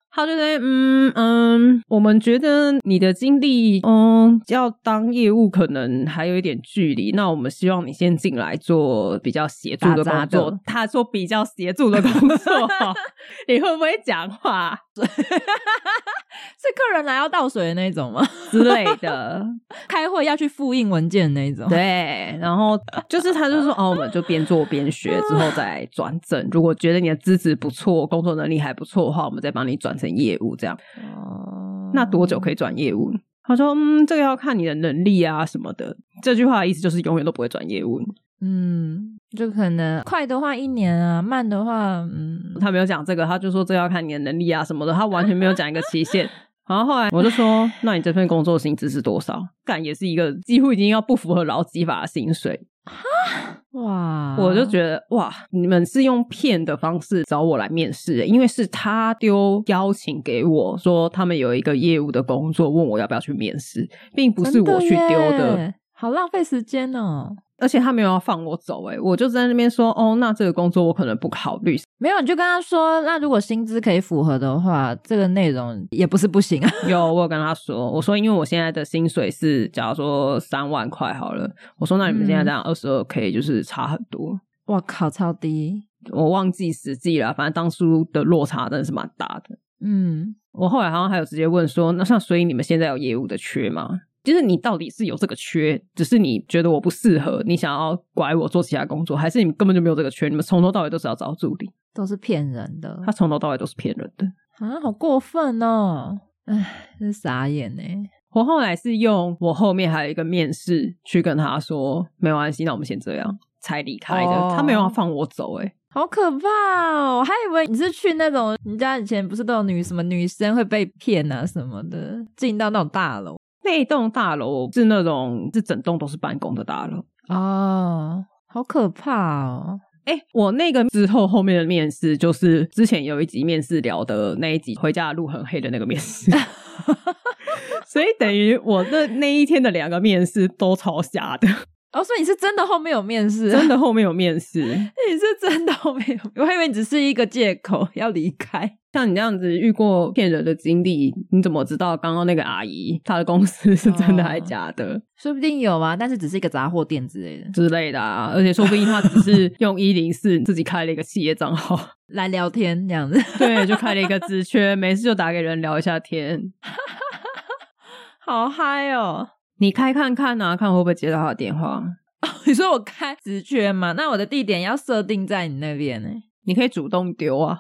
他就在嗯嗯，我们觉得你的经历嗯要当业务可能还有一点距离，那我们希望你先进来做比较协助的工作。他说比较协助的工作你会不会讲话？ 是客人来要倒水的那种吗？ 之类的， 开会要去复印文件的那种。 对，然后就是他就说哦，我们就边做边学，之后再转正。如果觉得你的资质不错，工作能力还不错的话，我们再帮你转成业务这样。哦，那多久可以转业务？他说嗯，这个要看你的能力啊什么的。这句话的意思就是永远都不会转业务。 嗯，就可能快的话一年啊，慢的话嗯， 他没有讲这个，他就说这要看你的能力啊什么的，他完全没有讲一个期限。然后后来我就说那你这份工作薪资是多少？干也是一个几乎已经要不符合劳基法的薪水。 哇， 我就觉得哇，你们是用骗的方式找我来面试，因为是他丢邀请给我说他们有一个业务的工作，问我要不要去面试，并不是我去丢的。 好浪费时间哦。 而且他没有要放我走欸，我就在那边说哦，那这个工作我可能不考虑。 没有，你就跟他说那如果薪资可以符合的话，这个内容也不是不行啊。 有，我有跟他说，我说因为我现在的薪水是假如说三万块好了，我说那你们现在这样 二十二 K 就是差很多。 哇靠，超低。 我忘记实际了，反正当初的落差真的是蛮大的。嗯，我后来好像还有直接问说那像所以你们现在有业务的缺吗？就是你到底是有这个缺，只是你觉得我不适合，你想要拐我做其他工作，还是你根本就没有这个缺，你们从头到尾都是要找助理？ 都是骗人的。 他从头到尾都是骗人的啊，好过分哦。唉，真傻眼耶。 我后来是用我后面还有一个面试去跟他说没关系，那我们先这样才离开的、哦、他没有要放我走耶。 好可怕哦！我还以为你是去那种人家以前不是都有女什么女生会被骗啊什么的，进到那种大楼。 那一栋大楼是那种是整栋都是办公的大楼哦，好可怕哦。 欸，我那个之后后面的面试就是之前有一集面试聊的那一集回家的路很黑的那个面试所以等于我的那一天的两个面试都超瞎的。 哦，所以你是真的后面有面试？ 真的后面有面试。 你是真的后面有，我还以为你只是一个借口要离开。 像你这样子遇过骗人的经历，你怎么知道刚刚那个阿姨她的公司是真的还是假的？哦， 说不定有啊，但是只是一个杂货店之类的之类的啊，而且说不定她只是用一零四自己开了一个企业账号来聊天这样子。 对，就开了一个职缺，没事就打给人聊一下天好嗨哦。 你开看看啊，看会不会接到他的电话。 哦，你说我开职缺吗？那我的地点要设定在你那边耶。 你可以主动丢啊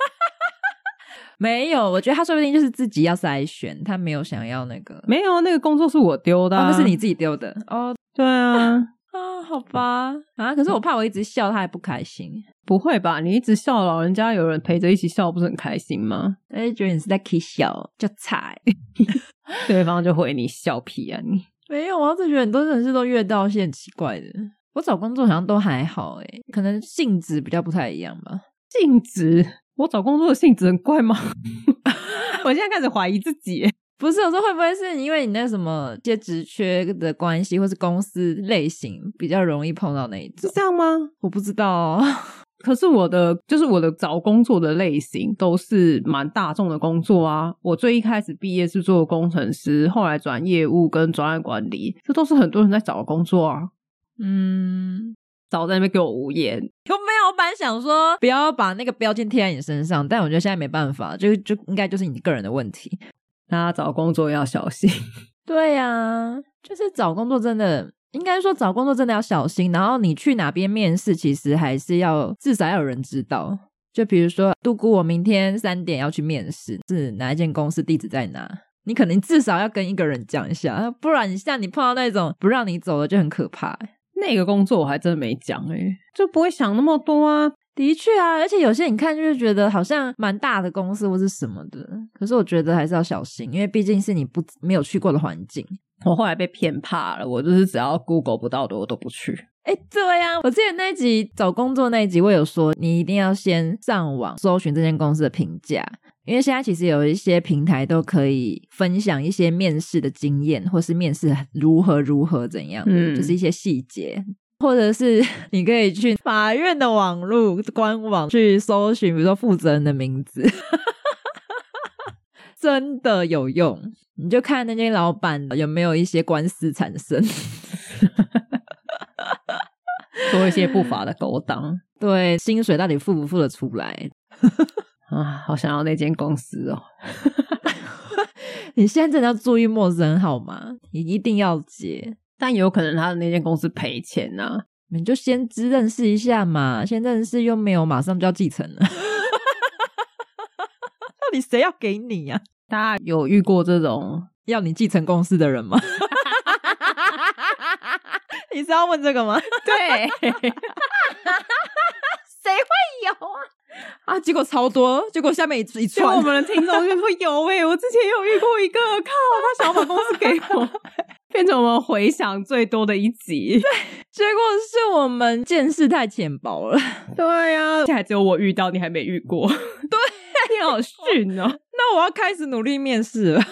没有，我觉得他说不定就是自己要筛选，他没有想要那个。 没有，那个工作是我丢的啊。 哦，那是你自己丢的哦。 对啊啊，好吧啊，可是我怕我一直笑他还不开心。 不会吧，你一直笑老人家有人陪着一起笑不是很开心吗？ 他就觉得你是在起笑就菜对方就回你笑屁啊你。 没有，我只觉得很多人事都越到线奇怪的。我找工作好像都还好诶，可能性质比较不太一样吧。 性质？我找工作的性质很怪吗我现在开始怀疑自己耶。 不是，我说会不会是因为你那什么接职缺的关系，或是公司类型比较容易碰到那一种？ 是这样吗？ 我不知道哦。 可是我的就是我的找工作的类型都是蛮大众的工作啊。我最一开始毕业是做工程师，后来转业务跟专案管理，这都是很多人在找的工作啊。嗯，早在那边给我无言。 有没有？我本来想说不要把那个标签贴在你身上，但我觉得现在没办法，就就应该就是你个人的问题。 大家找工作要小心。 对啊，就是找工作真的应该说找工作真的要小心，然后你去哪边面试其实还是要至少要有人知道。就比如说杜姑我明天三点要去面试，是哪一间公司，地址在哪，你可能至少要跟一个人讲一下，不然你像你碰到那种不让你走的就很可怕。 那个工作我还真的没讲耶，就不会想那么多啊。 的确啊，而且有些你看就是觉得好像蛮大的公司或是什么的，可是我觉得还是要小心，因为毕竟是你不没有去过的环境。 我后来被骗怕了，我就是只要 Google 不到的我都不去。 诶对啊，我之前那一集找工作那一集我有说你一定要先上网搜寻这间公司的评价，因为现在其实有一些平台都可以分享一些面试的经验，或是面试如何如何怎样的、嗯、就是一些细节，或者是你可以去法院的网络官网去搜寻比如说负责人的名字真的有用。你就看那些老板有没有一些官司产生做一些不法的勾当。 对，薪水到底付不付得出来啊，好想要那间公司哦你现在真的要注意陌生好吗？你一定要接， 但有可能他的那间公司赔钱啊， 你就先知认识一下嘛，先认识又没有马上就要继承了到底谁要给你啊？ 大家有遇过这种要你继承公司的人吗？你是要问这个吗？ 对谁会有啊？啊！结果超多，结果下面一一串， 我们的听众就说有诶、欸、我之前有遇过一个，靠，他想要把公司给我，变成我们回响最多的一集。 对，结果是我们见识太浅薄了。 对啊，现在只有我遇到，你还没遇过。对，你好逊哦。 那我要开始努力面试了。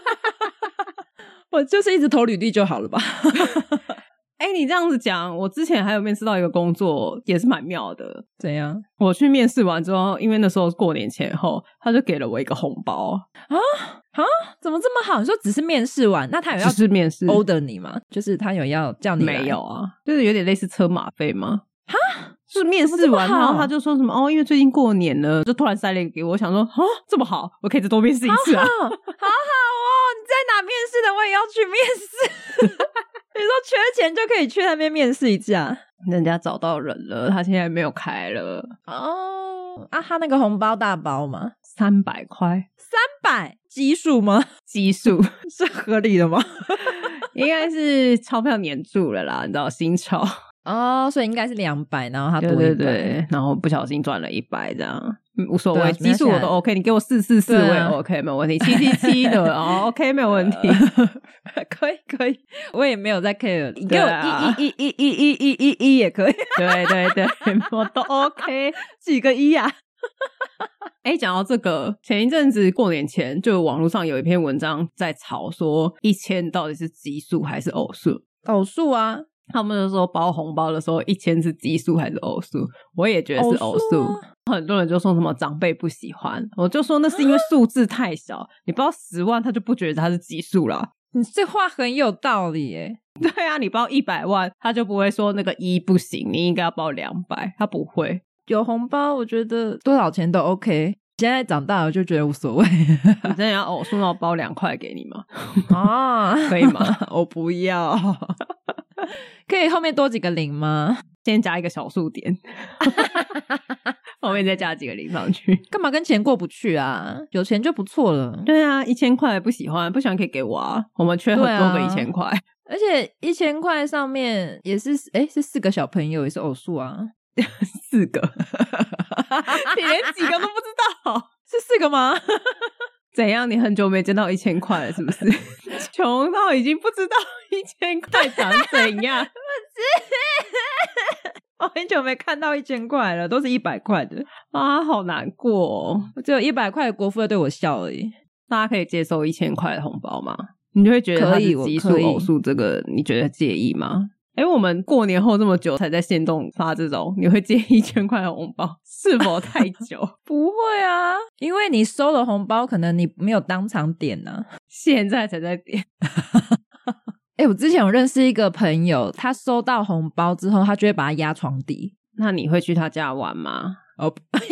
我就是一直投履历就好了吧。 哎、欸，你这样子讲，我之前还有面试到一个工作，也是蛮妙的。 怎样？ 我去面试完之后，因为那时候过年前后，他就给了我一个红包啊啊！怎么这么好？你说只是面试完，那他有要只是面试 order 你吗？就是他有要叫你来？ 没有啊，就是有点类似车马费吗？哈，就是面试完，然后他就说什么哦，因为最近过年了，就突然塞了一个给我，我想说啊，这么好，我可以再多面试一次啊，好好， 好好哦！你在哪面试的，我也要去面试。你说缺钱就可以去那边面试一下， 人家找到人了，他现在没有开了哦。啊，他那个红包大包吗？ 三百块， 三百基数吗？ 基数是合理的吗？ 应该是钞票黏住了啦，你知道新钞哦，所以应该是两百，然后他多一百， 对对对，然后不小心赚了一百这样。无所谓，基啊数我都 OK， 你给我四四四我也 OK， 没有问题，七七七的哦 OK 没有问题， 可以可以，我也没有在 care， 你给我一一一一一一一一也可以， 对对对，我都 OK， 几个一啊？ 哎、欸，讲到这个，前一阵子过年前，就网络上有一篇文章在吵说，一千到底是奇数还是偶数？ 偶数啊。 他们就说包红包的时候，一千是奇数还是偶数？我也觉得是偶数。啊、很多人就说什么长辈不喜欢，我就说那是因为数字太小，你包十万他就不觉得它是奇数啦。 你这话很有道理耶。 对啊，你包一百万，他就不会说那个一不行，你应该要包两百，他不会。 有红包，我觉得多少钱都 OK。现在长大了就觉得无所谓。 你真的要偶数，要包两块给你吗？ 啊， 可以吗？ 我不要。可以后面多几个零吗？ 先加一个小数点，后面再加几个零上去。 干嘛跟钱过不去啊？有钱就不错了。 对啊，一千块不喜欢，不喜欢可以给我啊。我们缺很多个一千块， 而且一千块上面也是，哎，是四个小朋友也是偶数啊。 四个，你连几个都不知道， 是四个吗？ 怎样？你很久没见到一千块了，是不是？穷到已经不知道一千块长怎样？不是，我很久没看到一千块了，都是一百块的啊，好难过哦。 我只有一百块的国父在对我笑而已。 大家可以接受一千块的红包吗？你就会觉得它是奇数、偶数，这个你觉得介意吗？哎、欸，我们过年后这么久才在限动发这种，你会接一千块的红包，是否太久？ 不会啊，因为你收了红包，可能你没有当场点啊， 现在才在点。 哎、欸，我之前有认识一个朋友，他收到红包之后，他就会把它压床底。 那你会去他家玩吗？ 哦，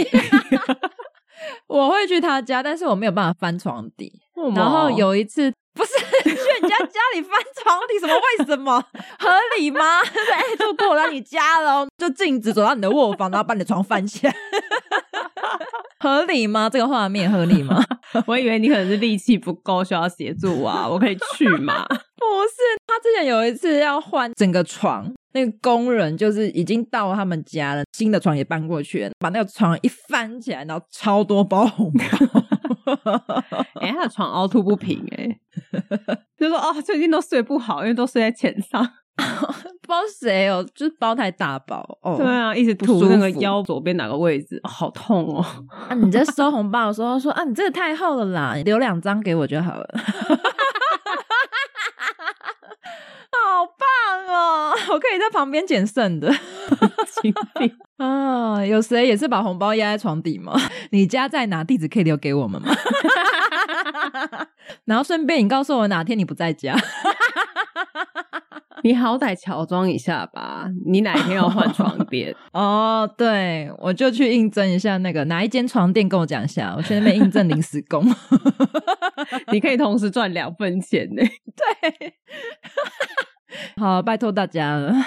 我会去他家，但是我没有办法翻床底。然后有一次。不是去人家家里翻床底，什么为什么合理吗？哎、欸，就过来你家了，就径直走到你的卧房，然后把你的床翻起来，合理吗？这个画面合理吗？ 我以为你可能是力气不够，需要协助啊，我可以去嘛？ 不是，他之前有一次要换整个床，那个工人就是已经到他们家了，新的床也搬过去了，把那个床一翻起来，然后超多包红包。 哎、欸，他的床凹凸不平、欸，哎，就说哦，最近都睡不好，因为都睡在钱上。 不知道谁哦，就是包太大包哦。 对啊，一直涂那个腰左边哪个位置，哦、好痛哦。 啊，你在收红包的时候说啊，你这个太厚了啦，你留两张给我就好了。好棒哦！我可以在旁边捡剩的。啊，有谁也是把红包压在床底吗？你家在哪？地址可以留给我们吗？ 然后顺便你告诉我哪天你不在家。 你好歹乔装一下吧，你哪一天要换床垫？ 哦，对，我就去应征一下那个哪一间床垫，跟我讲一下，我去那边应征临时工。 你可以同时赚两份钱呢。 对，好，拜托大家了。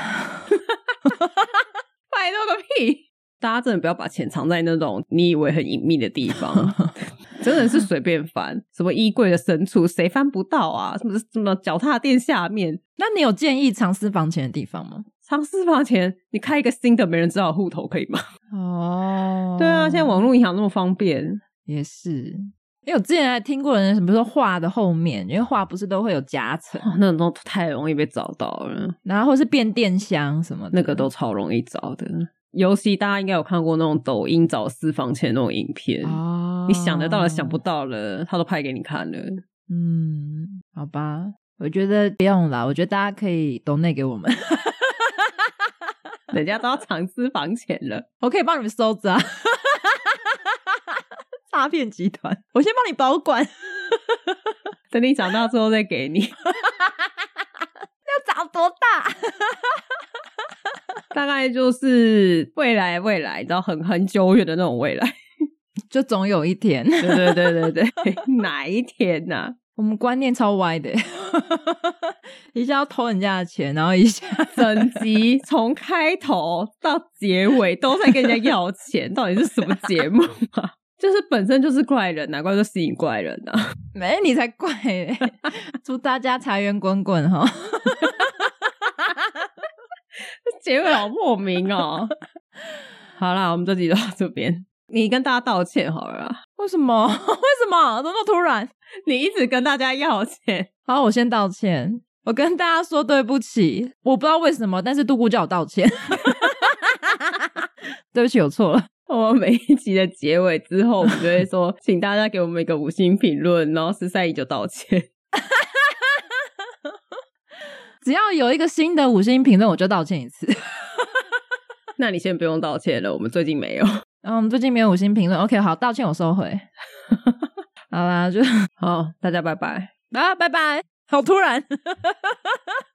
拜托个屁！大家真的不要把钱藏在那种你以为很隐秘的地方。真的是随便翻，什么衣柜的深处谁翻不到啊，什么什么脚踏垫下面。 那你有建议藏私房钱的地方吗？ 藏私房钱你开一个新的没人知道的户头可以吗？ 哦， 对啊，现在网络银行那么方便。 也是，因为我之前还听过人什么说画的后面，因为画不是都会有夹层、 哦、那种都太容易被找到了， 然后或是变电箱什么的， 那个都超容易找的。尤其大家应该有看过那种抖音找私房钱那种影片、哦、你想得到了想不到了他都拍给你看了。 嗯，好吧，我觉得不用啦，我觉得大家可以donate给我们。 人家都要藏私房钱了， 我可以帮你们收着啊。诈骗集团，我先帮你保管。 等你长大之后再给你。 要长多大？ 大概就是未来未来你知道很很久远的那种未来。 就总有一天。 对对对对对。哪一天啊？ 我们观念超歪的。一下要偷人家的钱，然后一下整集从开头到结尾都在跟人家要钱。到底是什么节目啊？就是本身就是怪人，难怪就吸引怪人啊。 没你才怪嘞。祝大家财源滚滚齁。 结尾好莫名哦。好啦，我们这集就到这边。你跟大家道歉好了啦。 为什么？为什么？怎么那么突然？ 你一直跟大家要钱。 好，我先道歉。我跟大家说对不起，我不知道为什么，但是杜姑叫我道歉。对不起，我错了。 我们每一集的结尾之后，我们就会说请大家给我们一个五星评论，然后十三姨就道歉。 只要有一个新的五星评论我就道歉一次。 那你先不用道歉了，我们最近没有。 然后我们最近没有五星评论 OK 好，道歉我收回。好啦，就好，大家拜拜啊，拜拜。好突然。